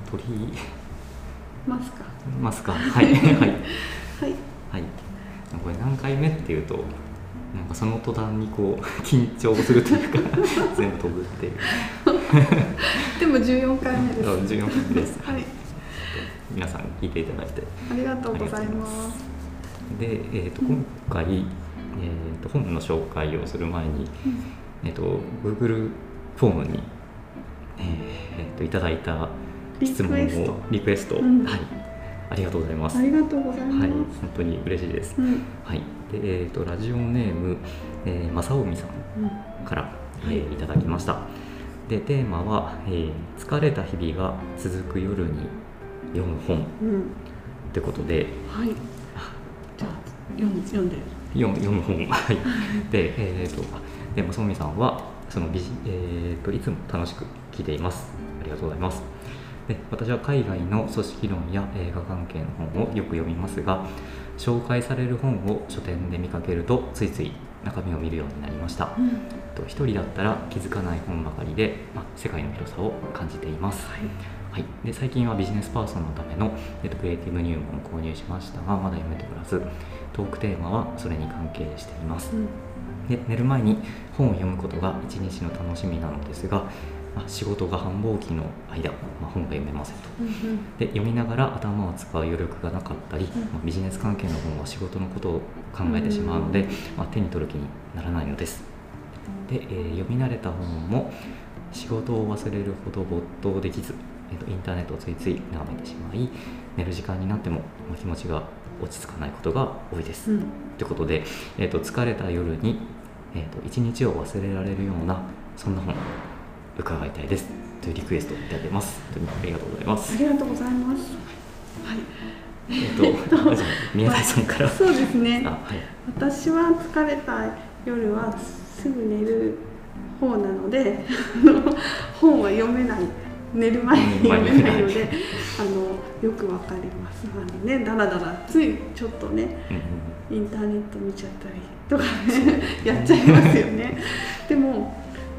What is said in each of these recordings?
取りますか。 はいはいはいはい。これ何回目っていうとなんかその途端にこう緊張するというか全部飛ぶっていうでも14回目です。 14回目です。 はい。 皆さん聞いていただいてありがとうございます。 で、今回、本の紹介をする前に、Google フォームに、いただいた質問をリクエスト、はい、ありがとうございます。 ありがとうございます。 はい、本当に嬉しいです。はい。で、ラジオネーム、正臣さんから、いただきました。で、テーマは、疲れた日々が続く夜に読む本ってことで、 はい。じゃあ読む本はい。で、正臣さんはそのいつも楽しく聞いています。ありがとうございます。で、私は海外の組織論や映画関係の本をよく読みますが、紹介される本を書店で見かけるとついつい中身を見るようになりました。一人だったら気づかない本ばかりで、世界の広さを感じています。はい、で最近はビジネスパーソンのための、クリエイティブ入門を購入しましたが、まだ読めておらず、トークテーマはそれに関係しています。で、寝る前に本を読むことが一日の楽しみなのですが、仕事が繁忙期の間、本が読めませんと。で、読みながら頭を使う余力がなかったり、ビジネス関係の本は仕事のことを考えてしまうので、手に取る気にならないのです。で、読み慣れた本も仕事を忘れるほど没頭できず、インターネットをついつい眺めてしまい、寝る時間になっても気持ちが落ち着かないことが多いです。ということで、疲れた夜に、一日を忘れられるようなそんな本伺いたいですというリクエストをいただいてます。本当にありがとうございます。 ありがとうございます。 はい。宮台さんから。 そうですね。 はい、 私は疲れた夜はすぐ寝る方なので本は読めない、寝る前に読めないのでよくわかります。だらだらついちょっとね、インターネット見ちゃったりとかねやっちゃいますよね。でも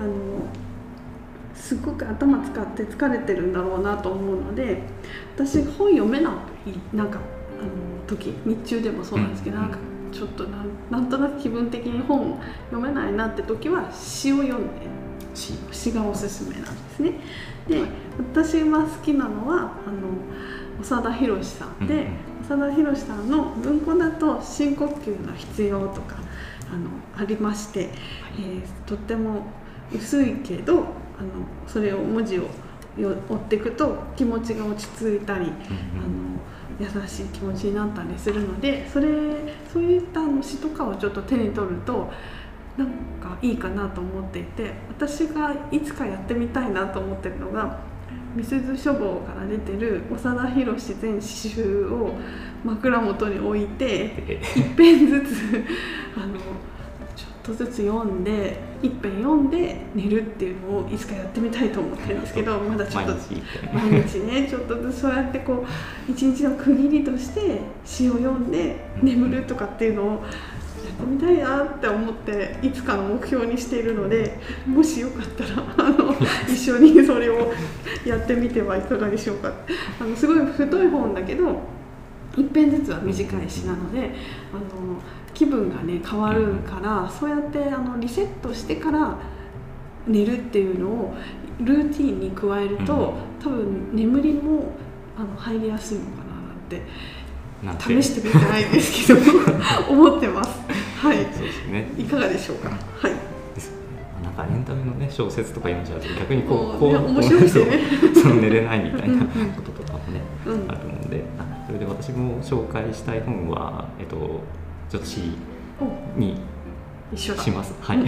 すごく頭使って疲れてるんだろうなと思うので、私本読めない時、日中でもそうなんですけど、なんかちょっとなんとなく気分的に本読めないなって時は詩を読んで、詩がおすすめなんですね。で、私が好きなのは長田博さんで、長田博さんの文庫だと深呼吸の必要とかありまして、とっても薄いけどそれを文字を追っていくと気持ちが落ち着いたり、優しい気持ちになったりするので、そういった詩とかをちょっと手に取るとなんかいいかなと思っていて、私がいつかやってみたいなと思ってるのが、みすず書房から出てる長田博全詩集を枕元に置いて一編ずつちょっとずつ読んで、一編読んで寝るっていうのをいつかやってみたいと思ってるんですけど、まだちょっと毎日ねちょっとずつそうやってこう一日の区切りとして詩を読んで眠るとかっていうのをやってみたいなって思って、いつかの目標にしているので、もしよかったら一緒にそれをやってみてはいかがでしょうか。すごい太い本だけど一編ずつは短い詩なので気分がね変わるから、そうやってリセットしてから寝るっていうのをルーティンに加えると、多分眠りも入りやすいのかななんて試してみたいですけど思ってます。はい。そうですね。いかがでしょうか。はい。 なんかエンタメのね小説とか読んじゃうと逆にこう面白いですよね。 寝れないみたいなこととかもねあると思うんで、それで私も紹介したい本はちょっと詩にします。はい。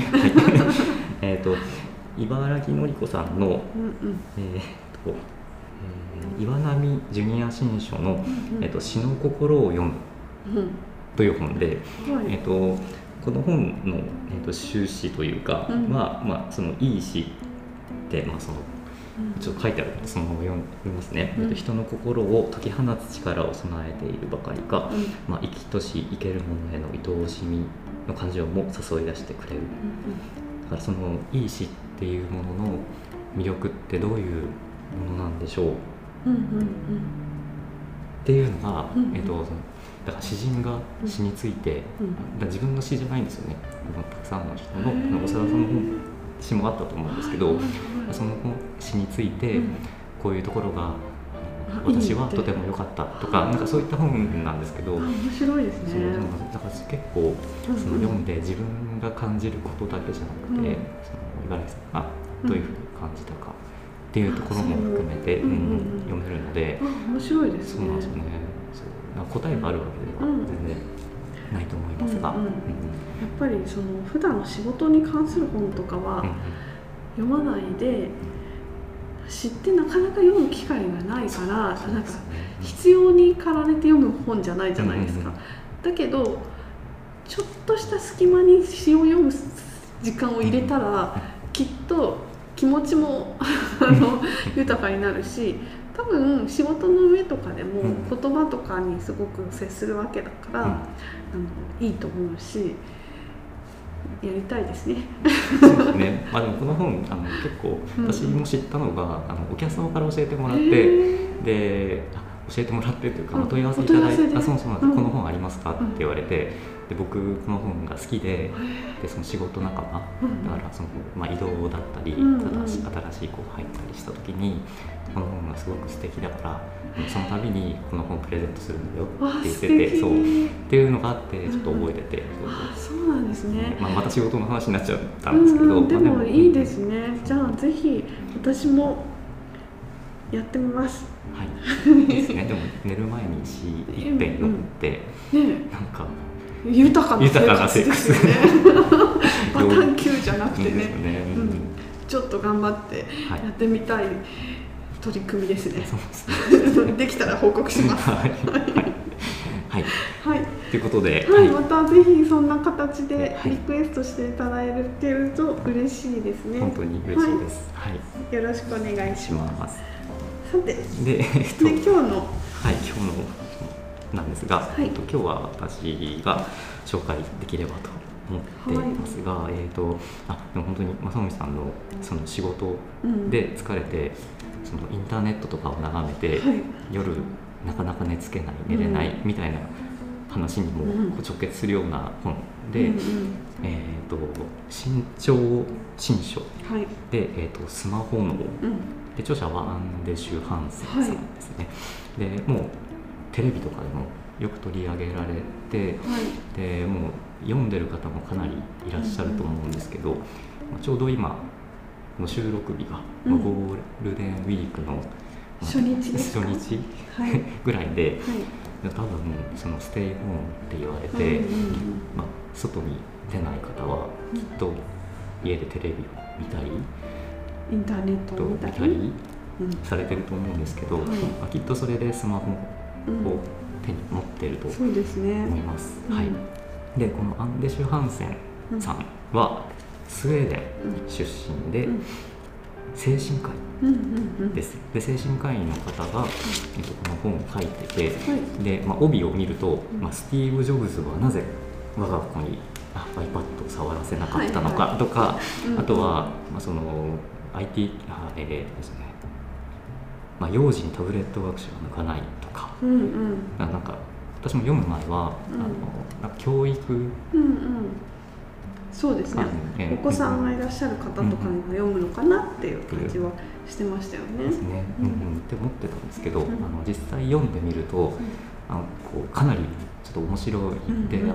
茨城のり子さんの岩波ジュニア新書の詩の心を読むという本で、この本の趣旨というかは、そのいい詩ってそのちょっと書いてあるのでそのまま読みますね。人の心を解き放つ力を備えているばかりか、生きとし生けるものへの愛おしみの感情も誘い出してくれる。だからそのいい詩っていうものの魅力ってどういうものなんでしょうっっていうのが、だから詩人が詩について、だから自分の詩じゃないんですよね。たくさんの人の長田さんの本詩もあったと思うんですけど、その詩についてこういうところが私はとても良かったとか、なんかそういった本なんですけど、 面白いですね。 だから結構その読んで自分が感じることだけじゃなくて、その五十嵐さんがどういうふうに感じたかっていうところも含めて読めるので、 面白いですね。 そうなんですよね。答えがあるわけでは全然ないと思いますが、やっぱりその普段の仕事に関する本とかは読まないで、知ってなかなか読む機会がないから、なんか必要に駆られて読む本じゃないじゃないですか。だけどちょっとした隙間に詩を読む時間を入れたら、きっと気持ちも豊かになるし、多分仕事の上とかでも言葉とかにすごく接するわけだから、いいと思うし、やりたいですね。 そうですね。でもこの本結構私も知ったのが、お客様から教えてもらって、で教えてもらってというか、問い合わせいただいて、そうなんです、この本ありますかって言われて。で僕この本が好きで、その仕事仲間、だからその、移動だったり、新しい子が入ったりした時にこの本がすごく素敵だから、その度にこの本プレゼントするんだよって言ってて、そうっていうのがあってちょっと覚えてて、 そうなんですね。 また仕事の話になっちゃったんですけど、 でもいいですね。じゃあぜひ私もやってみます。 はいですね。でも寝る前に詩一遍読んで、なんか豊かな生活ですよね。バタン級じゃなくてね、ちょっと頑張ってやってみたい取り組みですね。できたら報告します。はい。 ということで、 またぜひそんな形でリクエストしていただけると嬉しいですね。 本当に嬉しいです。 よろしくお願いします。さて、 で今日のなんですが、今日は私が紹介できればと思っていますが、でも本当に正臣さんのその仕事で疲れて、そのインターネットとかを眺めて、夜なかなか寝つけない、寝れないみたいな話にも直結するような本で、新潮新書で、スマホ脳で、著者はアンデシュ・ハンセンさんですね。でもうテレビとかでもよく取り上げられて、でもう読んでる方もかなりいらっしゃると思うんですけど、ちょうど今の収録日が、ゴールデンウィークの初日ぐらいで、多分そのステイホームって言われて、外に出ない方はきっと家でテレビを見たり、 インターネットを見たりされてると思うんですけど、きっとそれでスマホを手に持っていると思います。でこのアンデシュ・ハンセンさんはスウェーデン出身で、精神科医です。で精神科医の方が、この本を書いてて、で、帯を見ると、スティーブ・ジョブズはなぜ我が子に iPad を触らせなかったのかとか、あとは、その IT ですね、幼児にタブレット学習は向かないとか、なんか私も読む前は、なんか教育、 そうですね、お子さんがいらっしゃる方とかには読むのかなっていう感じはしてましたよね。 ですね、って思ってたんですけど、実際読んでみると、こうかなりちょっと面白いで、なんて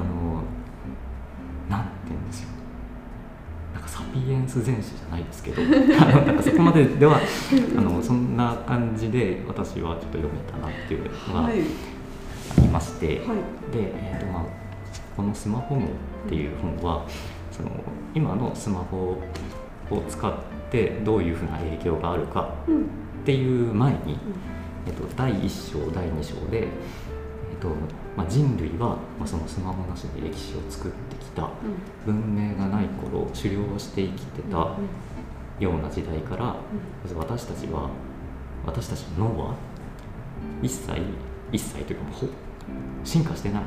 言うんですよ、なんかサピエンス全史じゃないですけどなんかそこまでではそんな感じで私はちょっと読めたなっていうのがありまして、で、このスマホ脳っていう本はその今のスマホを使ってどういうふうな影響があるかっていう前に、第1章第2章で、人類はそのスマホなしで歴史を作ってきた、文明がない頃狩猟をして生きてたような時代から、まず私たちの脳は一切というか進化してない、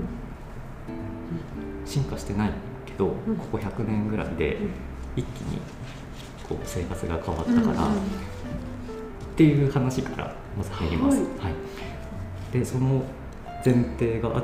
進化してないけど、ここ100年ぐらいで一気にこう生活が変わったから、 っていう話からまず入ります。はい、でその前提があって、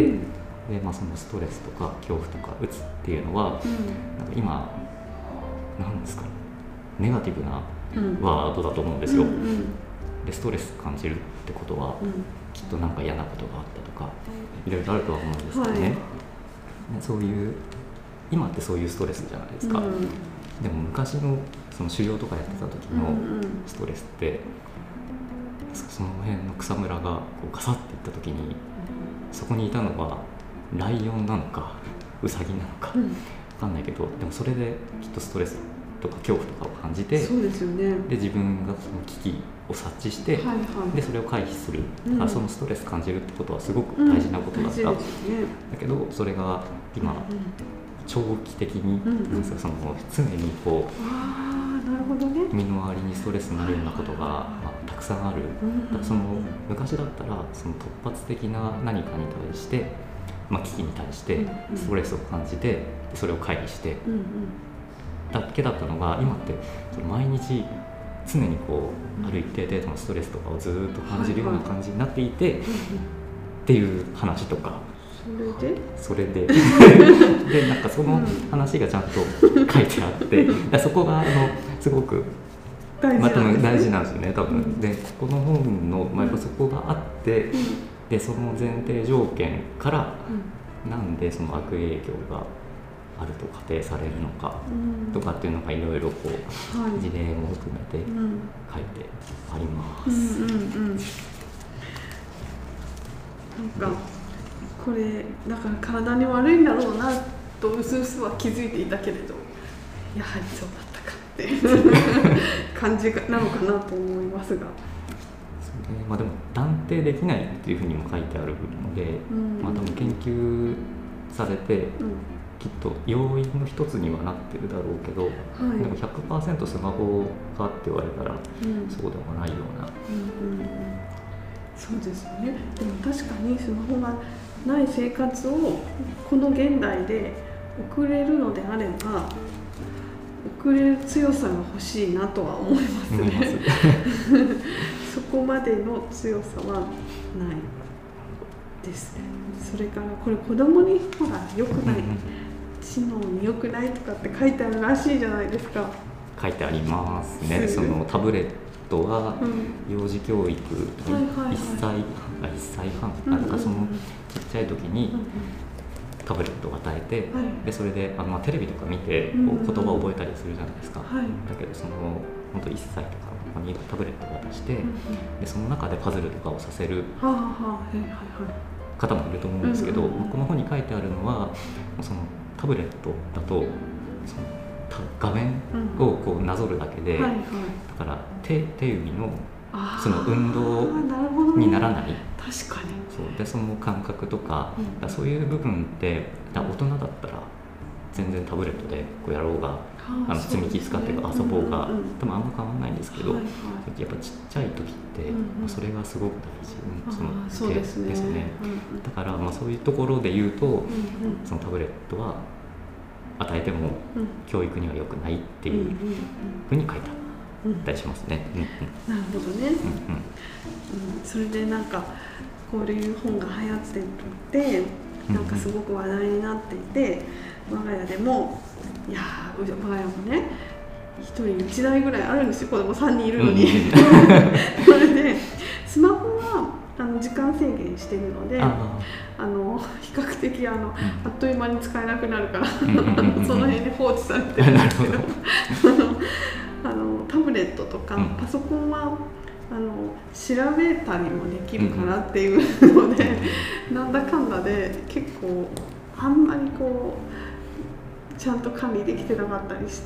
でそのストレスとか恐怖とかうつっていうのは、なんか今なんですかね、ネガティブなワードだと思うんですよ。でストレス感じるってことは、きっとなんか嫌なことがあったとかいろいろあるとは思うんですけどね、そういう今ってそういうストレスじゃないですか。でも昔のその修行とかやってた時のストレスって、その辺の草むらがこうガサッていった時に、そこにいたのはライオンなのかウサギなのか分かんないけど、でもそれできっとストレスとか恐怖とかを感じて、 そうですよね。 で自分がその危機を察知して、でそれを回避する、だからそのストレス感じるってことはすごく大事なことだった、だけどそれが今、長期的に、その常にこう身の回りにストレスになるようなことが、たくさんある。だからその昔だったらその突発的な何かに対して、危機に対してストレスを感じて、それを回避してだけだったのが、今ってその毎日常にこうある一定程度のストレスとかをずっと感じるような感じになっていて、っていう話とか。それででなんかその話がちゃんと書いてあって、そこがすごく大事なんですよね、多分。でこの本の、やっぱそこがあって、でその前提条件から、なんでその悪影響があると仮定されるのかとかっていうのがいろいろこう、事例も含めて書いてあります。 なんかこれだから体に悪いんだろうなとうすうすは気づいていたけれど、やはりそうだったかっていう感じなのかなと思いますが、 でも断定できないっていうふうにも書いてあるので、多分研究されて、きっと要因の一つにはなってるだろうけど、でも 100% スマホかって言われたら、そうではないような。 そうですよね。でも確かにスマホがない生活をこの現代で送れるのであれば、送れる強さが欲しいなとは思いますね。そこまでの強さはないですね。それからこれ子供にほら良くない、知能に良くないとかって書いてあるらしいじゃないですか。 書いてありますね。そのタブレットは幼児教育、1歳半、だからそのちっちゃい時にタブレットを与えて、でそれでテレビとか見てこう言葉を覚えたりするじゃないですか。だけどその本当1歳とかにタブレットを渡して、でその中でパズルとかをさせる方もいると思うんですけど、この本に書いてあるのは、そのタブレットだとその画面をこうなぞるだけで、だから手指のその運動にならない。 確かに。 そうでその感覚とか、そういう部分って大人だったら全然タブレットでこうやろうが、積み木使って遊ぼうが、多分あんま変わんないんですけど、やっぱちっちゃい時って、それがすごく大事、その手ですね。だからそういうところで言うと、そのタブレットは与えても教育には良くないっていうふうに書いてあったりしますね。 なるほどね。それでなんかこういう本が流行ってて、なんかすごく話題になっていて、我が家でも、いや我が家もね、1人1台ぐらいあるんですよ、子供3人いるのに。それでスマホは時間制限しているので、比較的あっという間に使えなくなるからその辺に放置されてるんですけどタブレットとかパソコンは調べたりもできるからっていうので、なんだかんだで結構あんまりこうちゃんと管理できてなかったりして、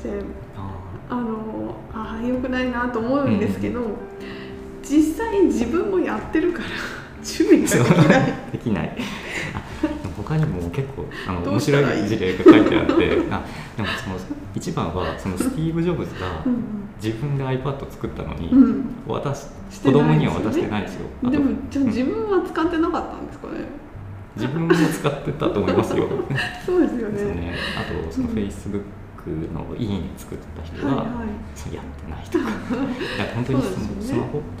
良くないなと思うんですけど、実際自分もやってるから注意ができない。 他にも結構面白い事例が書いてあって、でもその一番はそのスティーブ・ジョブズが自分で iPad 作ったのに、子供には渡してないですよ。 でもじゃあ自分は使ってなかったんですかね。 自分も使ってたと思いますよ。 そうですよね。 あとその Facebook クのいいね作った人が、 はいはい、 そうやってないとかいや本当にスマホって、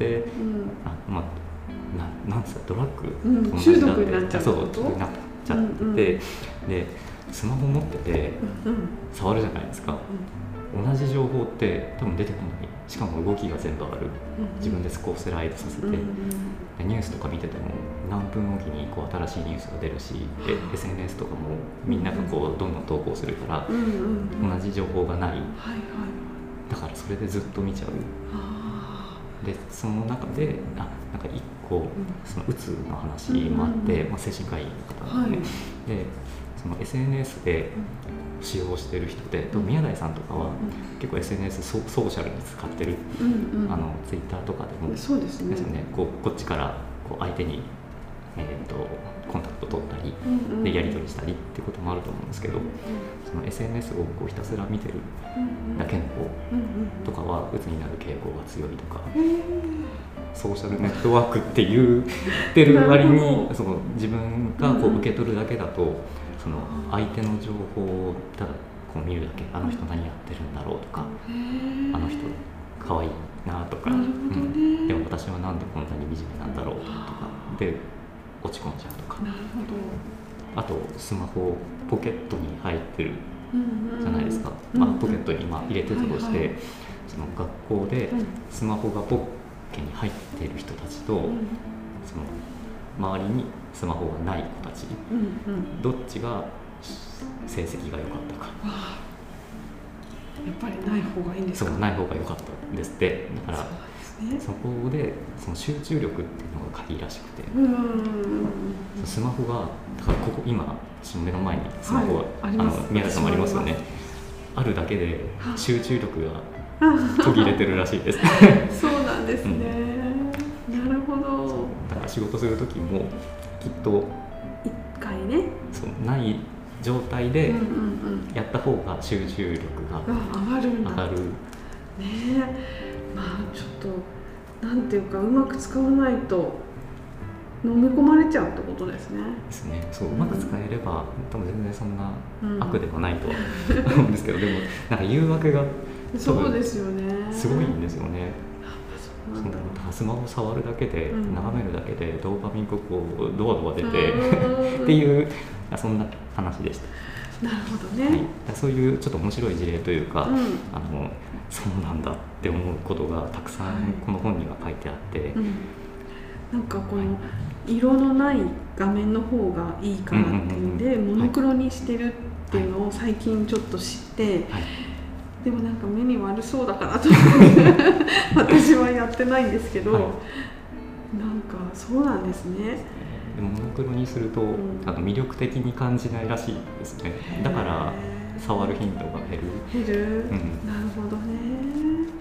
なんですか、ドラッグと同じだって、 中毒になっちゃうことそうなっちゃってて、でスマホ持ってて触るじゃないですか、同じ情報って多分出てこない、しかも動きが全部ある、自分でこうスライドさせて、でニュースとか見てても何分おきにこう新しいニュースが出るし、SNS とかもみんながこうどんどん投稿するから、同じ情報がない、だからそれでずっと見ちゃう。でその中でなんか一個そのうつの話もあって、精神科医の方なんでね、でその SNS で使用している人で、宮台さんとかは結構 SNS ソーシャルに使ってる、ツイッターとかでもそうですね、 こっちからこう相手に、コンタクト取ったり、でやり取りしたりっていうこともあると思うんですけど、その SNS をこうひたすら見てるだけの子とかはうつになる傾向が強いとか、ソーシャルネットワークって言ってる割にその自分がこう受け取るだけだと、その相手の情報をただこう見るだけ、あの人何やってるんだろうとか、あの人可愛いなとか、でも私はなんでこんなに惨めなんだろうとかで落ち込んじゃうとか。あとスマホポケットに入ってるじゃないですか、ポケットに今入れてたとして、その学校でスマホがポッケに入っている人たちと、その周りにスマホがない子たち、どっちが成績が良かったか。 やっぱりない方がいいんですか？ そう、ない方が良かったですって。だからそこでその集中力っていうのが鍵らしくて、スマホがだからここ今私の目の前にスマホが、宮台さんもありますよね。あるだけで集中力が途切れてるらしいです。 そうなんですね、なるほど。 だから仕事する時もきっと一回ね、 そうない状態でやった方が集中力が上がるんだ。 上がる。 ねえ、まあちょっとなんていうかうまく使わないと飲み込まれちゃうってことですね。 ですね。そう、うまく使えれば多分全然そんな悪ではないとは思うんですけど、でもなんか誘惑がそうですよね。 すごいんですよね。 そうなんだろう。 スマホを触るだけで、眺めるだけでドーパミンがこうドワドワ出てっていうそんな話でした。 なるほどね、 そういうちょっと面白い事例というか、そうなんだって思うことがたくさんこの本には書いてあって、 なんかこの色のない画面の方がいいからっていうんで、モノクロにしてるっていうのを最近ちょっと知って、でもなんか目に悪そうだからと思って私はやってないんですけど、なんかそうなんですね。 モノクロにすると、魅力的に感じないらしいですね。だから触る頻度が減る。 なるほどね。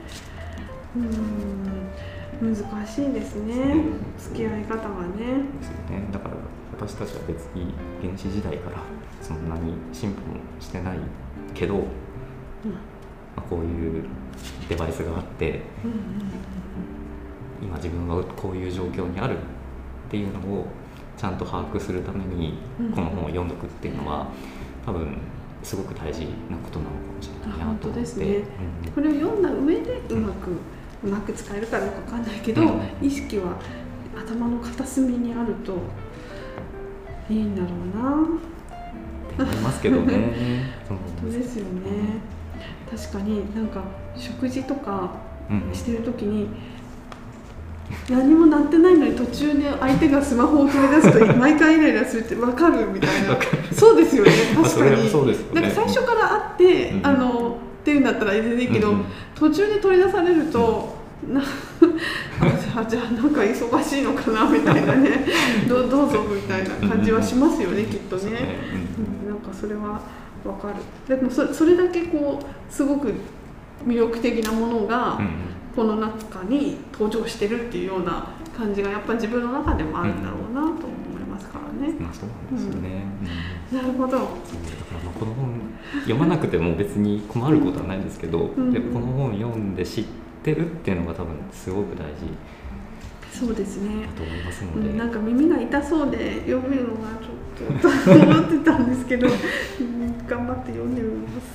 難しいですね、付き合い方がね。 ですよね。だから私たちは別に原始時代からそんなに進歩もしてないけど、こういうデバイスがあって、今自分はこういう状況にあるっていうのをちゃんと把握するためにこの本を読んどくっていうのは、多分すごく大事なことなのかもしれないなと思って。 本当ですね。これを読んだ上でうまく使えるかどうかわかんないけど、意識は頭の片隅にあるといいんだろうなって思いますけどね。 本当ですよね。確かになんか食事とかしてる時に、何も鳴ってないのに途中で相手がスマホを取り出すと毎回イライラするって分かるみたいな。そうですよね。確かに。なんか最初からあってっていうんだったら全然いいけど、途中で取り出されるとじゃあなんか忙しいのかなみたいなねどうぞみたいな感じはしますよね、きっとね。なんかそれは分かる。でもそれだけこうすごく魅力的なものがこの中に登場してるっていうような感じがやっぱり自分の中でもあるんだろうなと思いますからね。 そうなんですよね。 なるほど。だからこの本読まなくても別に困ることはないんですけど、でこの本読んで知ってるっていうのが多分すごく大事。 そうですね。 だと思いますので、 なんか耳が痛そうで読めるのがちょっと思ってたんですけど、頑張って読んでみます。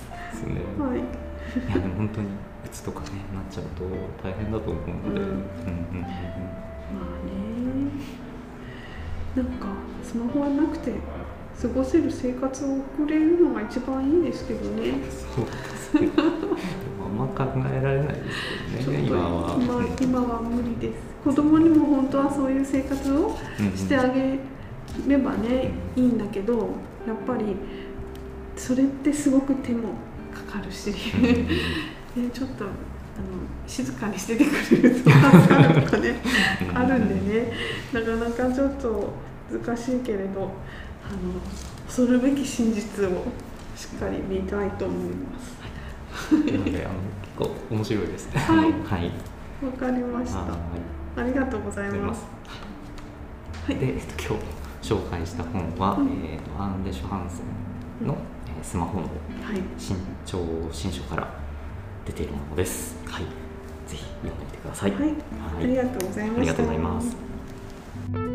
ですね。 はい。 いやでも本当にうつとかねなっちゃうと大変だと思うので、 まあね、なんかスマホはなくて過ごせる生活を送れるのが一番いいですけどね。 そうですね。あんま考えられないですけどね。 今は無理です。子供にも本当はそういう生活をしてあげればね、いいんだけど、やっぱりそれってすごく手もかかるし、ね、ちょっと静かにしててくれると助かるとかねあるんでね、なかなかちょっと難しいけれど、恐るべき真実をしっかり見たいと思います。 なので結構面白いですね。 はい、 はい、 わかりました。ありがとうございます。 はい、で、今日紹介した本は、アンデシュ・ハンセンの、スマホの新書から出ているものです。はい、ぜひ読んでみてください。 はい、ありがとうございました。 ありがとうございます。